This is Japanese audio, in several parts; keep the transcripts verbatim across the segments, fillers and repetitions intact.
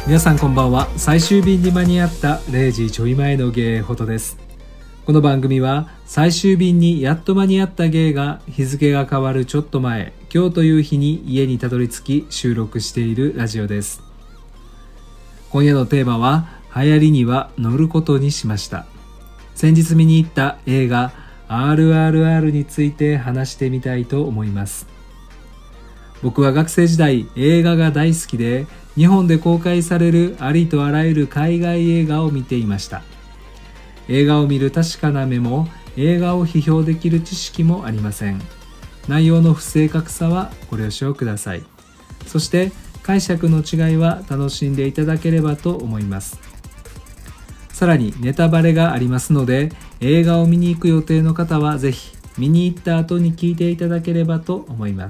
皆さんこんばんは。最終便に間に合ったれいじちょい前のゲイほどです。この番組は最終便にやっと間に合ったゲイが日付が変わるちょっと前、今日という日に家にたどり着き収録しているラジオです。今夜のテーマは流行りには乗ることにしました。先日見に行った映画 アールアールアール について話してみたいと思います。僕は学生時代映画が大好きで、日本で公開されるありとあらゆる海外映画を見ていました。映画を見る確かな目も映画を批評できる知識もありません。内容の不正確さはご了承ください。そして解釈の違いは楽しんでいただければと思います。さらにネタバレがありますので、映画を見に行く予定の方はぜひ見に行った後に聞いていただければと思います。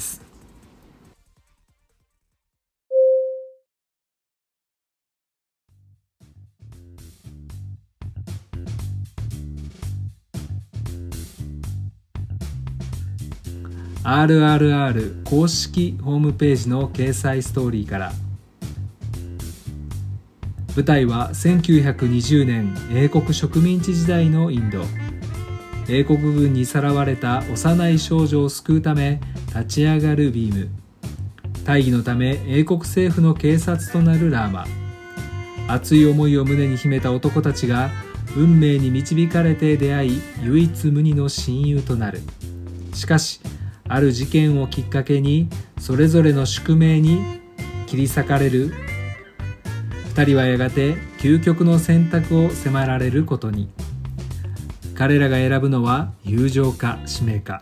アールアールアール 公式ホームページの掲載ストーリーから。舞台はせんきゅうひゃくにじゅうねん英国植民地時代のインド。英国軍にさらわれた幼い少女を救うため立ち上がるビーム。大義のため英国政府の警察となるラーマ。熱い思いを胸に秘めた男たちが運命に導かれて出会い、唯一無二の親友となる。しかしある事件をきっかけにそれぞれの宿命に切り裂かれる二人はやがて究極の選択を迫られることに。彼らが選ぶのは友情か使命か。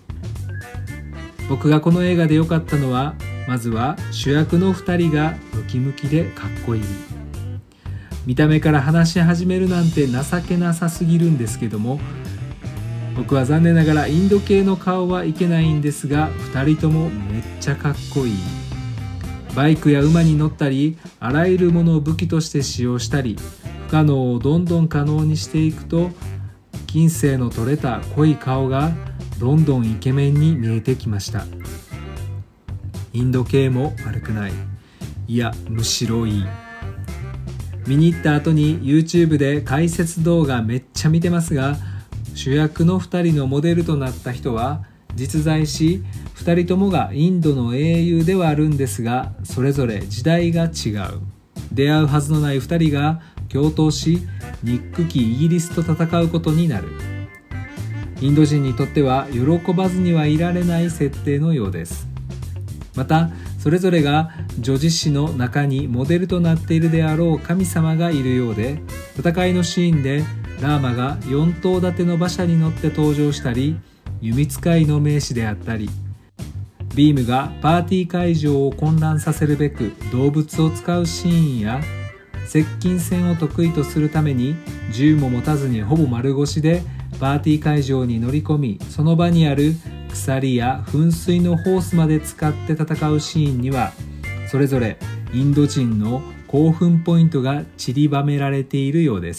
僕がこの映画で良かったのは、まずは主役の二人がムキムキでかっこいい。見た目から話し始めるなんて情けなさすぎるんですけども、僕は残念ながらインド系の顔はいけないんですが、ふたりともめっちゃかっこいい。バイクや馬に乗ったり、あらゆるものを武器として使用したり、不可能をどんどん可能にしていくと、近世の取れた濃い顔がどんどんイケメンに見えてきました。インド系も悪くない。いや、むしろいい。見に行った後に YouTube で解説動画めっちゃ見てますが、主役のふたりのモデルとなった人は実在し、ふたりともがインドの英雄ではあるんですが、それぞれ時代が違う。出会うはずのないふたりが共闘し、憎きイギリスと戦うことになる。インド人にとっては喜ばずにはいられない設定のようです。またそれぞれが女子誌の中にモデルとなっているであろう神様がいるようで、戦いのシーンでラーマがよん頭立ての馬車に乗って登場したり、弓使いの名士であったり、ビームがパーティー会場を混乱させるべく動物を使うシーンや、接近戦を得意とするために銃も持たずにほぼ丸腰でパーティー会場に乗り込み、その場にある鎖や噴水のホースまで使って戦うシーンには、それぞれインド人の興奮ポイントが散りばめられているようです。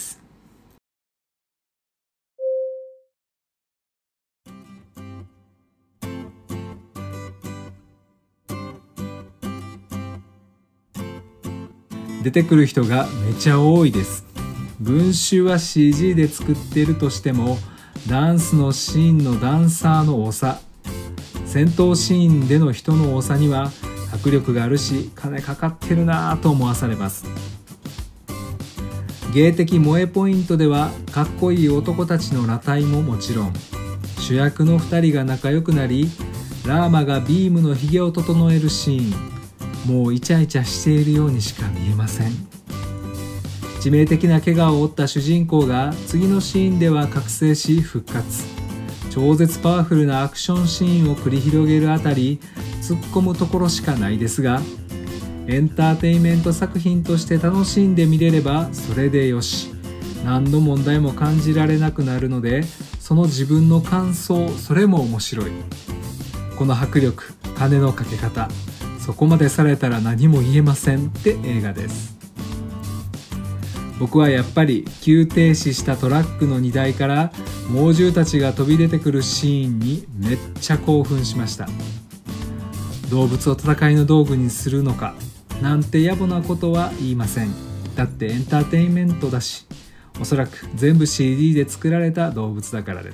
出てくる人がめちゃ多いです。群衆は シージー で作っているとしても、ダンスのシーンのダンサーの多さ、戦闘シーンでの人の多さには迫力があるし、金かかってるなぁと思わされます。芸的萌えポイントでは、かっこいい男たちの裸体ももちろん、主役のふたりが仲良くなり、ラーマがビームのひげを整えるシーン、もうイチャイチャしているようにしか見えません。致命的な怪我を負った主人公が次のシーンでは覚醒し復活。超絶パワフルなアクションシーンを繰り広げるあたり、突っ込むところしかないですが、エンターテインメント作品として楽しんで見れればそれでよし。何の問題も感じられなくなるので、その自分の感想、それも面白い。この迫力、金のかけ方、そこまでされたら何も言えませんって映画です。僕はやっぱり急停止したトラックの荷台から猛獣たちが飛び出てくるシーンにめっちゃ興奮しました。動物を戦いの道具にするのか、 なんて野暮なことは言いません。だってエンターテインメントだし、おそらく全部 シーディー で作られた動物だからです。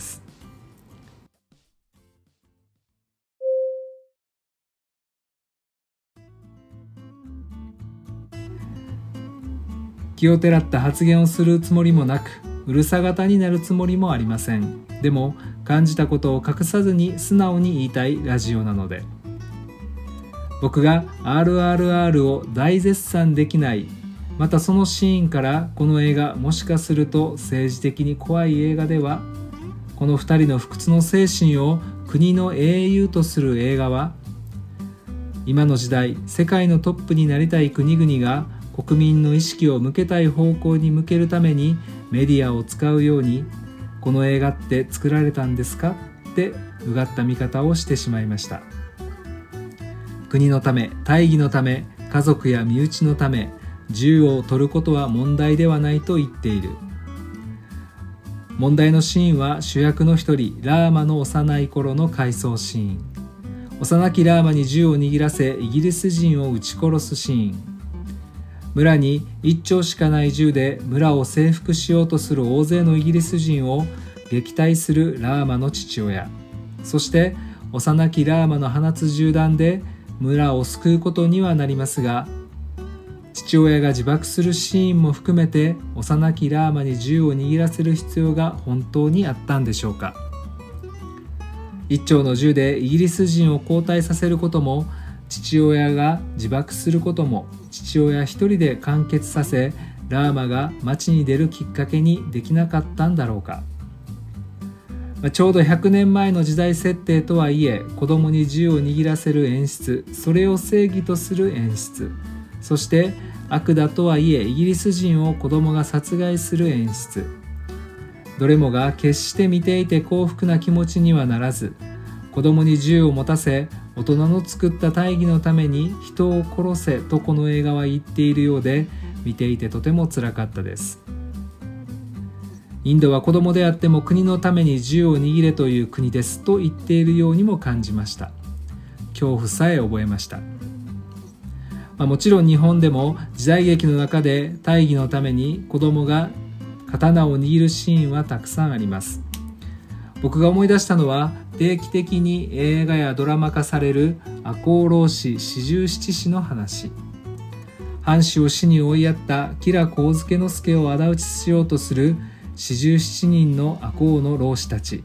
気をてらった発言をするつもりもなく、うるさ型になるつもりもありません。でも感じたことを隠さずに素直に言いたいラジオなので。僕が アールアールアール を大絶賛できない、またそのシーンからこの映画もしかすると政治的に怖い映画では、このふたりの不屈の精神を国の英雄とする映画は、今の時代世界のトップになりたい国々が国民の意識を向けたい方向に向けるためにメディアを使うように、この映画って作られたんですかってうがった見方をしてしまいました。国のため、大義のため、家族や身内のため、銃を取ることは問題ではないと言っている。問題のシーンは主役の一人、ラーマの幼い頃の回想シーン。幼きラーマに銃を握らせイギリス人を撃ち殺すシーン。村に一丁しかない銃で村を征服しようとする大勢のイギリス人を撃退するラーマの父親。そして幼きラーマの放つ銃弾で村を救うことにはなりますが、父親が自爆するシーンも含めて幼きラーマに銃を握らせる必要が本当にあったんでしょうか。一丁の銃でイギリス人を交代させることも、父親が自爆することも父親一人で完結させ、ラーマが街に出るきっかけにできなかったんだろうか。ちょうどひゃくねんまえの時代設定とはいえ、子供に銃を握らせる演出、それを正義とする演出、そして悪だとはいえイギリス人を子供が殺害する演出、どれもが決して見ていて幸福な気持ちにはならず、子供に銃を持たせ大人の作った大義のために人を殺せとこの映画は言っているようで、見ていてとても辛かったです。インドは子供であっても国のために銃を握れという国ですと言っているようにも感じました。恐怖さえ覚えました。まあ、もちろん日本でも時代劇の中で大義のために子供が刀を握るシーンはたくさんあります。僕が思い出したのは、定期的に映画やドラマ化される赤穂浪士四十七士の話。藩主を死に追いやった吉良上野介を仇討ちしようとする四十七人の赤穂の浪士たち。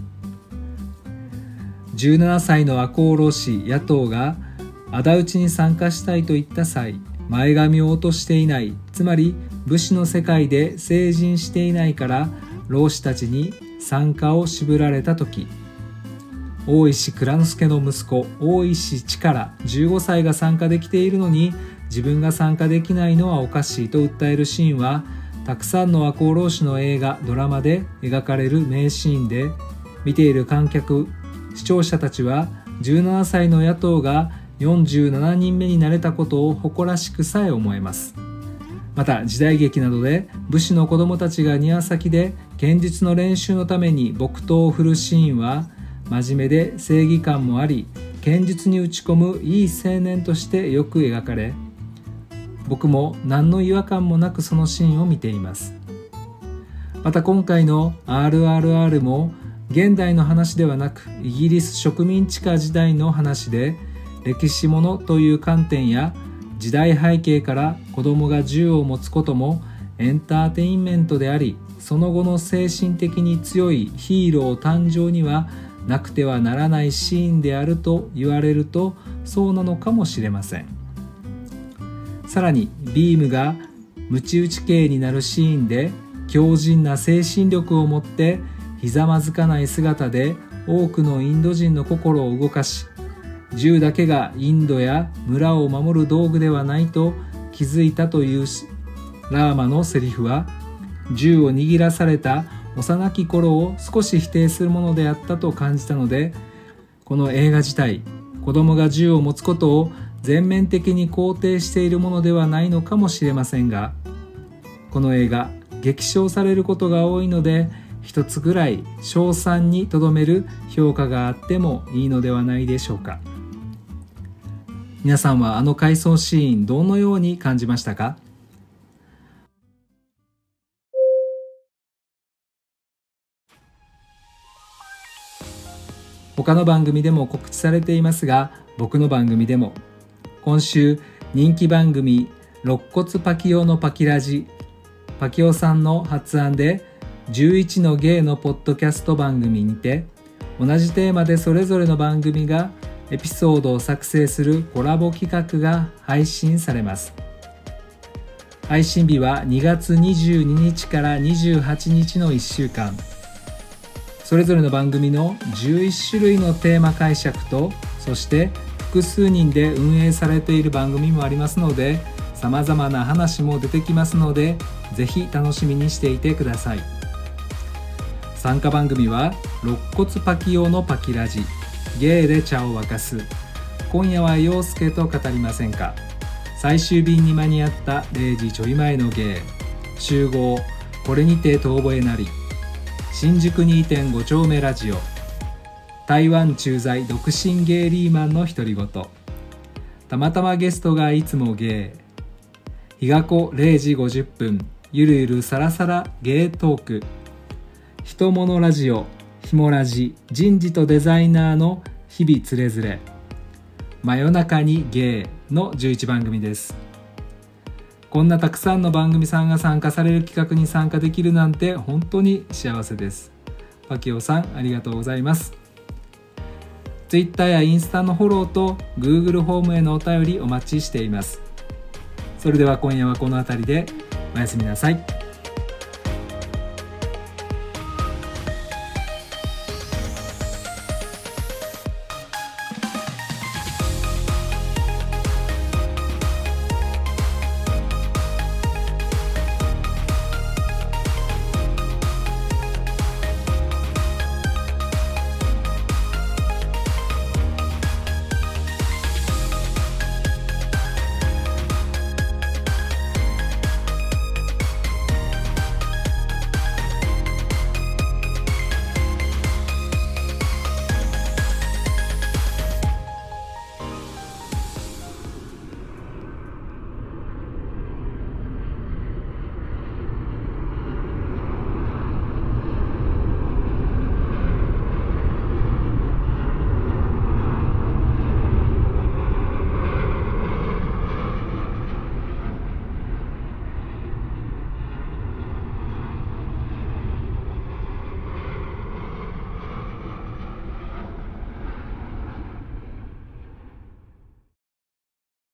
じゅうななさいの赤穂浪士野党が仇討ちに参加したいと言った際、前髪を落としていない、つまり武士の世界で成人していないから浪士たちに参加を渋られた時、大石内蔵助の息子大石力じゅうごさいが参加できているのに自分が参加できないのはおかしいと訴えるシーンは、たくさんの赤穂浪士の映画ドラマで描かれる名シーンで、見ている観客視聴者たちはじゅうななさいの野党がよんじゅうななにんめになれたことを誇らしくさえ思えます。また時代劇などで武士の子供たちが庭先で剣術の練習のために木刀を振るシーンは、真面目で正義感もあり、剣術に打ち込むいい青年としてよく描かれ、僕も何の違和感もなくそのシーンを見ています。また今回の アールアールアール も現代の話ではなくイギリス植民地下時代の話で、歴史ものという観点や時代背景から子供が銃を持つこともエンターテインメントであり、その後の精神的に強いヒーロー誕生にはなくてはならないシーンであると言われるとそうなのかもしれません。さらにビームがムチ打ち刑になるシーンで強靭な精神力を持ってひざまずかない姿で多くのインド人の心を動かし、銃だけがインドや村を守る道具ではないと気づいたというラーマのセリフは、銃を握らされた幼き頃を少し否定するものであったと感じたので、この映画自体、子供が銃を持つことを全面的に肯定しているものではないのかもしれませんが、この映画激賞されることが多いので、一つぐらい賞賛にとどめる評価があってもいいのではないでしょうか。 皆さんはあの回想シーンどのように感じましたか？他の番組でも告知されていますが、僕の番組でも今週人気番組肋骨パキオのパキラジ、パキオさんの発案でじゅういちの芸のポッドキャスト番組にて、同じテーマでそれぞれの番組がエピソードを作成するコラボ企画が配信されます。配信日はにがつにじゅうににちからにじゅうはちにちのいっしゅうかん。それぞれの番組のじゅういちしゅるいのテーマ解釈と、そして複数人で運営されている番組もありますので、さまざまな話も出てきますので、ぜひ楽しみにしていてください。参加番組は肋骨パキオのパキラジ、芸で茶を沸かす、今夜は陽介と語りませんか、最終便に間に合ったれいじちょい前の芸、集合これにて遠吠えなり、新宿 にてんご 丁目ラジオ、台湾駐在独身ゲイリーマンの独り言、たまたまゲストがいつもゲイ、日が子れいじごじゅっぷん、ゆるゆるさらさらゲイトーク、ひとものラジオ、ひもラジ、人事とデザイナーの日々つれづれ、真夜中にゲイのじゅういちばんぐみです。こんなたくさんの番組さんが参加される企画に参加できるなんて本当に幸せです。パキオさん、ありがとうございます。Twitter やインスタのフォローと Google ホームへのお便りお待ちしています。それでは今夜はこの辺りでおやすみなさい。